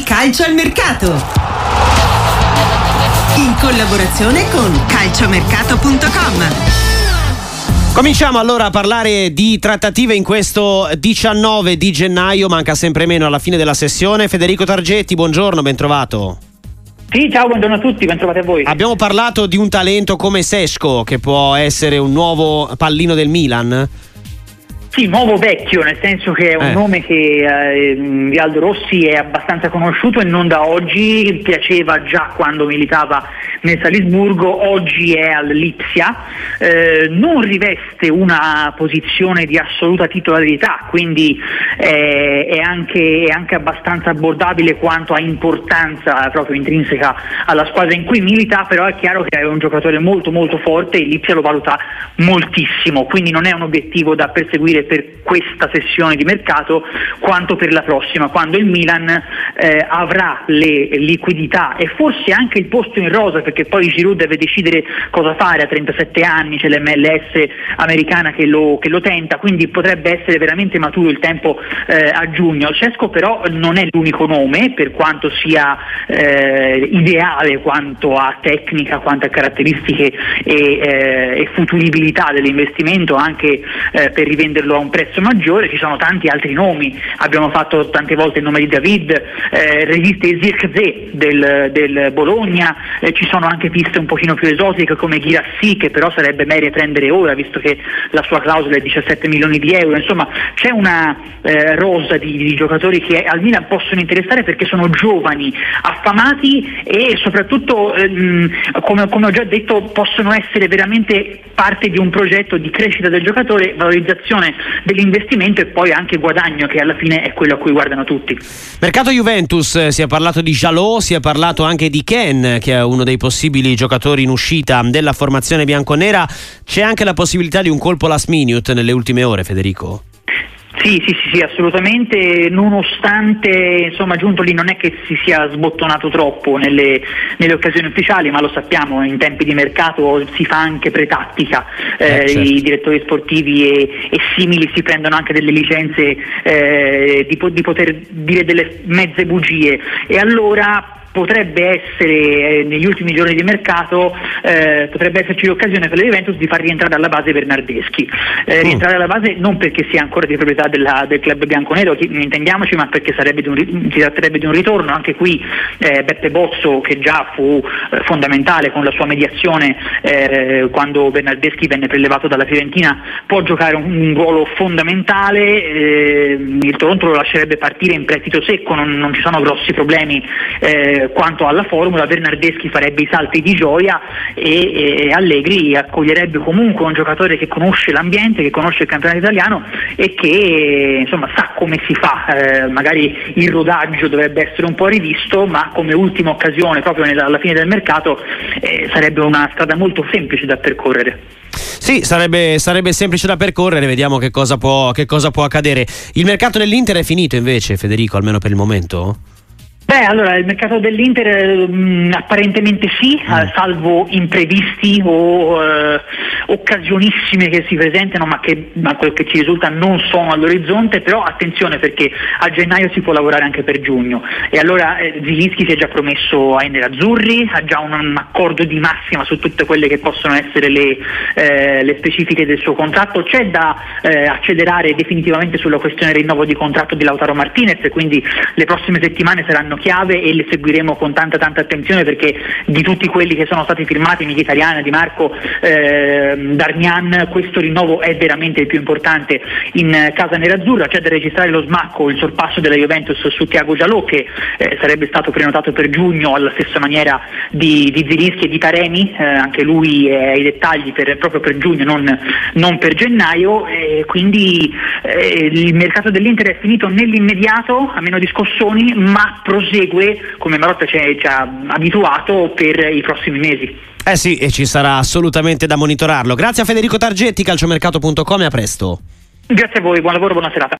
Calcio al mercato, in collaborazione con calciomercato.com. Cominciamo allora a parlare di trattative in questo 19 di gennaio, manca sempre meno alla fine della sessione. Federico Targetti, buongiorno, ben trovato. Sì, ciao, buongiorno a tutti, ben trovati a voi. Abbiamo parlato di un talento come Šeško, che può essere un nuovo pallino del Milan. Sì, nuovo vecchio, nel senso che è un nome che di Aldo Rossi è abbastanza conosciuto e non da oggi, piaceva già quando militava nel Salisburgo, oggi è al Lipsia, non riveste una posizione di assoluta titolarità, quindi è anche abbastanza abbordabile quanto a importanza proprio intrinseca alla squadra in cui milita, però è chiaro che è un giocatore molto molto forte e il Lipsia lo valuta moltissimo, quindi non è un obiettivo da perseguire per questa sessione di mercato quanto per la prossima, quando il Milan avrà le liquidità e forse anche il posto in rosa, perché poi Giroud deve decidere cosa fare a 37 anni, c'è l'MLS americana che lo tenta, quindi potrebbe essere veramente maturo il tempo a giugno. Šeško però non è l'unico nome, per quanto sia ideale quanto a tecnica, quanto a caratteristiche e futuribilità dell'investimento, anche per rivenderlo a un prezzo maggiore. Ci sono tanti altri nomi, abbiamo fatto tante volte il nome di David, resiste Zirkzee del Bologna, ci sono anche piste un pochino più esotiche come Guirassy, che però sarebbe meglio prendere ora visto che la sua clausola è 17 milioni di euro. Insomma, c'è una rosa di giocatori che al Milan possono interessare perché sono giovani, affamati e soprattutto come ho già detto possono essere veramente parte di un progetto di crescita del giocatore, valorizzazione dell'investimento e poi anche guadagno, che alla fine è quello a cui guardano tutti. Mercato Juventus, si è parlato di Jalot, si è parlato anche di Ken, che è uno dei possibili giocatori in uscita della formazione bianconera. C'è anche la possibilità di un colpo last minute nelle ultime ore, Federico? Sì, assolutamente, nonostante insomma Giuntoli non è che si sia sbottonato troppo nelle occasioni ufficiali, ma lo sappiamo, in tempi di mercato si fa anche pretattica, certo. I direttori sportivi e simili si prendono anche delle licenze di poter dire delle mezze bugie, e allora potrebbe essere negli ultimi giorni di mercato potrebbe esserci l'occasione per la Juventus di far rientrare alla base Bernardeschi, rientrare alla base non perché sia ancora di proprietà del club bianconero, intendiamoci, ma perché si tratterebbe di un ritorno. Anche qui Beppe Bozzo, che già fu fondamentale con la sua mediazione quando Bernardeschi venne prelevato dalla Fiorentina, può giocare un ruolo fondamentale. Il Toronto lo lascerebbe partire in prestito secco, non ci sono grossi problemi quanto alla formula. Bernardeschi farebbe i salti di gioia e Allegri accoglierebbe comunque un giocatore che conosce l'ambiente, che conosce il campionato italiano e che insomma sa come si fa. Magari il rodaggio dovrebbe essere un po' rivisto, ma come ultima occasione proprio alla fine del mercato sarebbe una strada molto semplice da percorrere. Sì, sarebbe semplice da percorrere, vediamo che cosa può accadere. Il mercato dell'Inter è finito invece, Federico, almeno per il momento? Allora il mercato dell'Inter apparentemente sì, salvo imprevisti o occasionissime che si presentano, ma che a quel che ci risulta non sono all'orizzonte. Però attenzione, perché a gennaio si può lavorare anche per giugno, e allora Zielinski si è già promesso ai nerazzurri, ha già un accordo di massima su tutte quelle che possono essere le specifiche del suo contratto. C'è da accelerare definitivamente sulla questione rinnovo di contratto di Lautaro Martinez, quindi le prossime settimane saranno chiave e le seguiremo con tanta attenzione, perché di tutti quelli che sono stati firmati, Mkhitaryan, Di Marco, Darmian, questo rinnovo è veramente il più importante in casa nerazzurra. C'è da registrare lo smacco, il sorpasso della Juventus su Thiago Jalot, che sarebbe stato prenotato per giugno alla stessa maniera di Zielinski e di Taremi, anche lui è ai dettagli proprio per giugno, non per gennaio, quindi il mercato dell'Inter è finito nell'immediato, a meno di scossoni, ma prosegue come Marotta ci ha abituato per i prossimi mesi. Sì, e ci sarà assolutamente da monitorarlo. Grazie a Federico Targetti, calciomercato.com, e a presto. Grazie a voi, buon lavoro, buona serata.